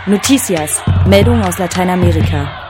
Noticias, Meldungen aus Lateinamerika.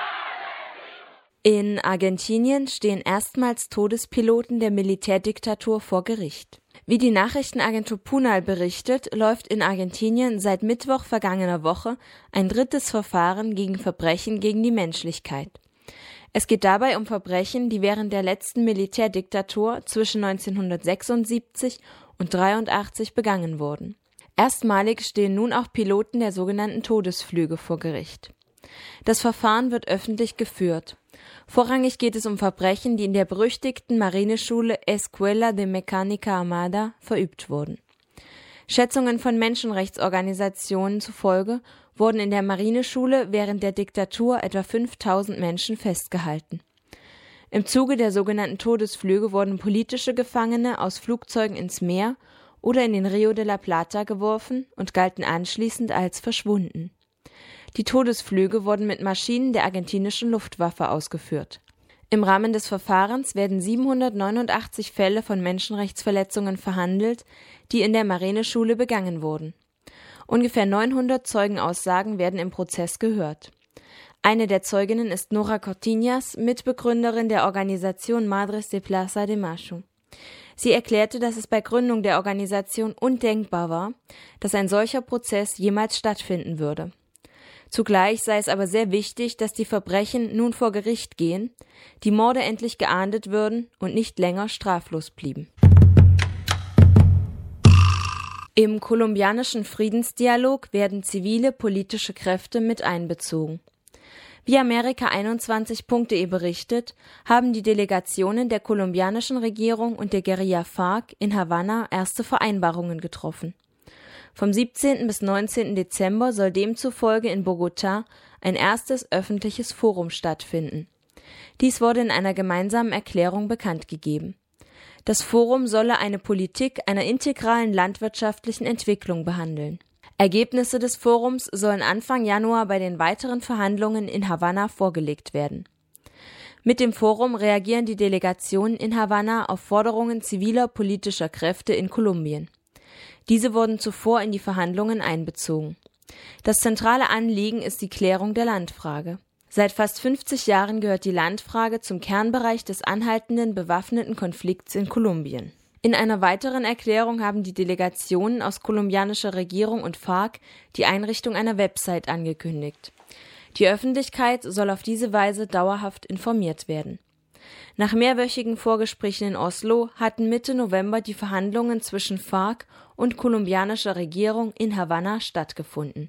In Argentinien stehen erstmals Todespiloten der Militärdiktatur vor Gericht. Wie die Nachrichtenagentur Punal berichtet, läuft in Argentinien seit Mittwoch vergangener Woche ein drittes Verfahren gegen Verbrechen gegen die Menschlichkeit. Es geht dabei um Verbrechen, die während der letzten Militärdiktatur zwischen 1976 und 1983 begangen wurden. Erstmalig stehen nun auch Piloten der sogenannten Todesflüge vor Gericht. Das Verfahren wird öffentlich geführt. Vorrangig geht es um Verbrechen, die in der berüchtigten Marineschule Escuela de Mecánica Armada verübt wurden. Schätzungen von Menschenrechtsorganisationen zufolge wurden in der Marineschule während der Diktatur etwa 5.000 Menschen festgehalten. Im Zuge der sogenannten Todesflüge wurden politische Gefangene aus Flugzeugen ins Meer oder in den Rio de la Plata geworfen und galten anschließend als verschwunden. Die Todesflüge wurden mit Maschinen der argentinischen Luftwaffe ausgeführt. Im Rahmen des Verfahrens werden 789 Fälle von Menschenrechtsverletzungen verhandelt, die in der Marineschule begangen wurden. Ungefähr 900 Zeugenaussagen werden im Prozess gehört. Eine der Zeuginnen ist Nora Cortiñas, Mitbegründerin der Organisation Madres de Plaza de Mayo. Sie erklärte, dass es bei Gründung der Organisation undenkbar war, dass ein solcher Prozess jemals stattfinden würde. Zugleich sei es aber sehr wichtig, dass die Verbrechen nun vor Gericht gehen, die Morde endlich geahndet würden und nicht länger straflos blieben. Im kolumbianischen Friedensdialog werden zivile politische Kräfte mit einbezogen. Wie Amerika21.de berichtet, haben die Delegationen der kolumbianischen Regierung und der Guerilla FARC in Havanna erste Vereinbarungen getroffen. Vom 17. bis 19. Dezember soll demzufolge in Bogotá ein erstes öffentliches Forum stattfinden. Dies wurde in einer gemeinsamen Erklärung bekannt gegeben. Das Forum solle eine Politik einer integralen landwirtschaftlichen Entwicklung behandeln. Ergebnisse des Forums sollen Anfang Januar bei den weiteren Verhandlungen in Havanna vorgelegt werden. Mit dem Forum reagieren die Delegationen in Havanna auf Forderungen ziviler politischer Kräfte in Kolumbien. Diese wurden zuvor in die Verhandlungen einbezogen. Das zentrale Anliegen ist die Klärung der Landfrage. Seit fast 50 Jahren gehört die Landfrage zum Kernbereich des anhaltenden bewaffneten Konflikts in Kolumbien. In einer weiteren Erklärung haben die Delegationen aus kolumbianischer Regierung und FARC die Einrichtung einer Website angekündigt. Die Öffentlichkeit soll auf diese Weise dauerhaft informiert werden. Nach mehrwöchigen Vorgesprächen in Oslo hatten Mitte November die Verhandlungen zwischen FARC und kolumbianischer Regierung in Havanna stattgefunden.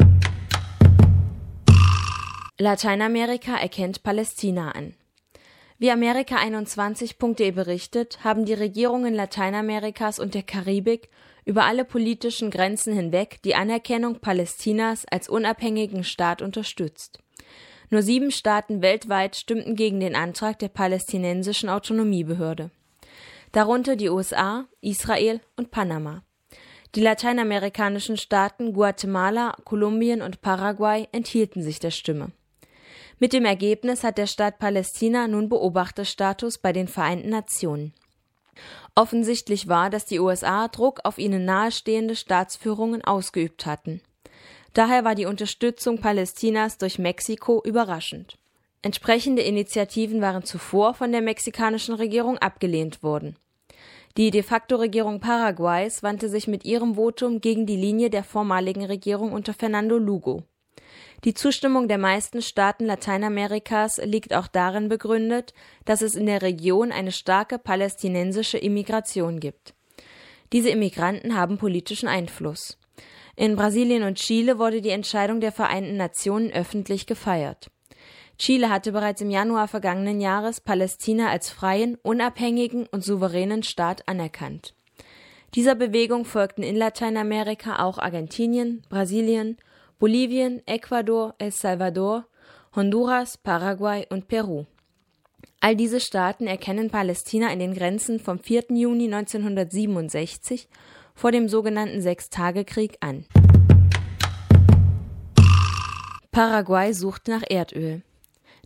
Lateinamerika erkennt Palästina an. Wie Amerika21.de berichtet, haben die Regierungen Lateinamerikas und der Karibik über alle politischen Grenzen hinweg die Anerkennung Palästinas als unabhängigen Staat unterstützt. Nur 7 Staaten weltweit stimmten gegen den Antrag der palästinensischen Autonomiebehörde. Darunter die USA, Israel und Panama. Die lateinamerikanischen Staaten Guatemala, Kolumbien und Paraguay enthielten sich der Stimme. Mit dem Ergebnis hat der Staat Palästina nun Beobachterstatus bei den Vereinten Nationen. Offensichtlich war, dass die USA Druck auf ihnen nahestehende Staatsführungen ausgeübt hatten. Daher war die Unterstützung Palästinas durch Mexiko überraschend. Entsprechende Initiativen waren zuvor von der mexikanischen Regierung abgelehnt worden. Die De-facto-Regierung Paraguays wandte sich mit ihrem Votum gegen die Linie der vormaligen Regierung unter Fernando Lugo. Die Zustimmung der meisten Staaten Lateinamerikas liegt auch darin begründet, dass es in der Region eine starke palästinensische Immigration gibt. Diese Immigranten haben politischen Einfluss. In Brasilien und Chile wurde die Entscheidung der Vereinten Nationen öffentlich gefeiert. Chile hatte bereits im Januar vergangenen Jahres Palästina als freien, unabhängigen und souveränen Staat anerkannt. Dieser Bewegung folgten in Lateinamerika auch Argentinien, Brasilien, Bolivien, Ecuador, El Salvador, Honduras, Paraguay und Peru. All diese Staaten erkennen Palästina in den Grenzen vom 4. Juni 1967 vor dem sogenannten Sechstagekrieg an. Paraguay sucht nach Erdöl.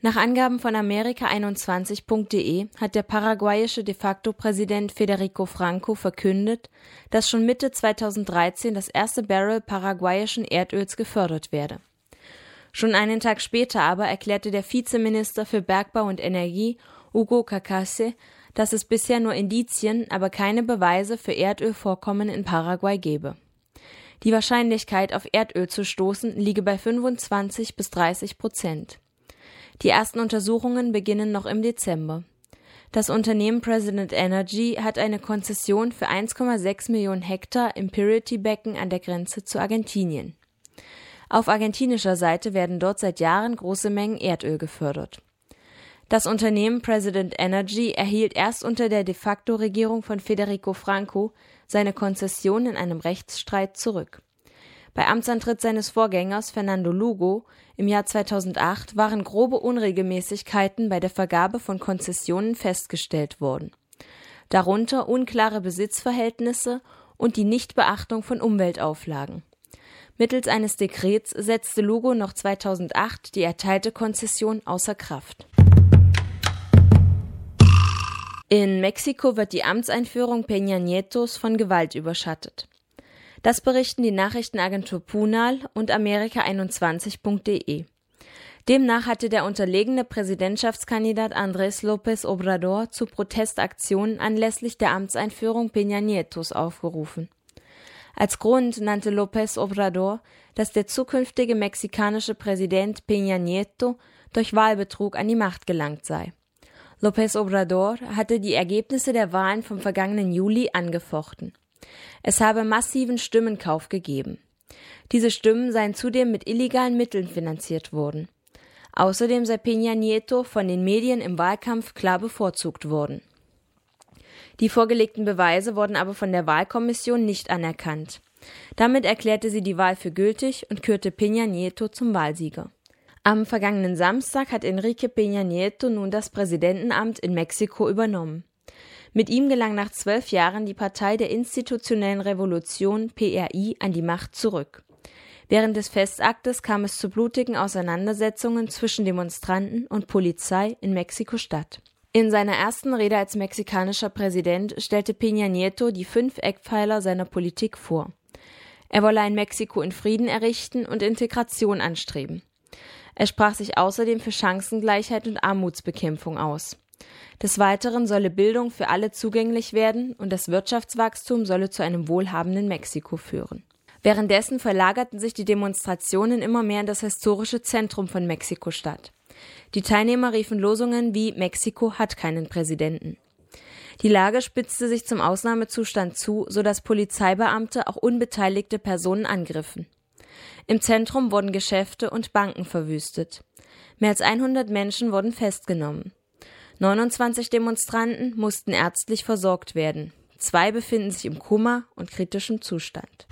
Nach Angaben von Amerika21.de hat der paraguayische de facto Präsident Federico Franco verkündet, dass schon Mitte 2013 das erste Barrel paraguayischen Erdöls gefördert werde. Schon einen Tag später aber erklärte der Vizeminister für Bergbau und Energie, Hugo Cacace, dass es bisher nur Indizien, aber keine Beweise für Erdölvorkommen in Paraguay gebe. Die Wahrscheinlichkeit, auf Erdöl zu stoßen, liege bei 25-30%. Die ersten Untersuchungen beginnen noch im Dezember. Das Unternehmen President Energy hat eine Konzession für 1,6 Millionen Hektar im Purity-Becken an der Grenze zu Argentinien. Auf argentinischer Seite werden dort seit Jahren große Mengen Erdöl gefördert. Das Unternehmen President Energy erhielt erst unter der de facto Regierung von Federico Franco seine Konzession in einem Rechtsstreit zurück. Bei Amtsantritt seines Vorgängers Fernando Lugo im Jahr 2008 waren grobe Unregelmäßigkeiten bei der Vergabe von Konzessionen festgestellt worden. Darunter unklare Besitzverhältnisse und die Nichtbeachtung von Umweltauflagen. Mittels eines Dekrets setzte Lugo noch 2008 die erteilte Konzession außer Kraft. In Mexiko wird die Amtseinführung Peña Nietos von Gewalt überschattet. Das berichten die Nachrichtenagentur Punal und Amerika21.de. Demnach hatte der unterlegene Präsidentschaftskandidat Andrés López Obrador zu Protestaktionen anlässlich der Amtseinführung Peña Nietos aufgerufen. Als Grund nannte López Obrador, dass der zukünftige mexikanische Präsident Peña Nieto durch Wahlbetrug an die Macht gelangt sei. López Obrador hatte die Ergebnisse der Wahlen vom vergangenen Juli angefochten. Es habe massiven Stimmenkauf gegeben. Diese Stimmen seien zudem mit illegalen Mitteln finanziert worden. Außerdem sei Peña Nieto von den Medien im Wahlkampf klar bevorzugt worden. Die vorgelegten Beweise wurden aber von der Wahlkommission nicht anerkannt. Damit erklärte sie die Wahl für gültig und kürte Peña Nieto zum Wahlsieger. Am vergangenen Samstag hat Enrique Peña Nieto nun das Präsidentenamt in Mexiko übernommen. Mit ihm gelang nach 12 Jahren die Partei der institutionellen Revolution PRI an die Macht zurück. Während des Festaktes kam es zu blutigen Auseinandersetzungen zwischen Demonstranten und Polizei in Mexiko-Stadt. In seiner ersten Rede als mexikanischer Präsident stellte Peña Nieto die 5 Eckpfeiler seiner Politik vor. Er wolle ein Mexiko in Frieden errichten und Integration anstreben. Er sprach sich außerdem für Chancengleichheit und Armutsbekämpfung aus. Des Weiteren solle Bildung für alle zugänglich werden und das Wirtschaftswachstum solle zu einem wohlhabenden Mexiko führen. Währenddessen verlagerten sich die Demonstrationen immer mehr in das historische Zentrum von Mexiko-Stadt. Die Teilnehmer riefen Losungen wie „Mexiko hat keinen Präsidenten". Die Lage spitzte sich zum Ausnahmezustand zu, sodass Polizeibeamte auch unbeteiligte Personen angriffen. Im Zentrum wurden Geschäfte und Banken verwüstet. Mehr als 100 Menschen wurden festgenommen. 29 Demonstranten mussten ärztlich versorgt werden. 2 befinden sich im Koma und kritischem Zustand.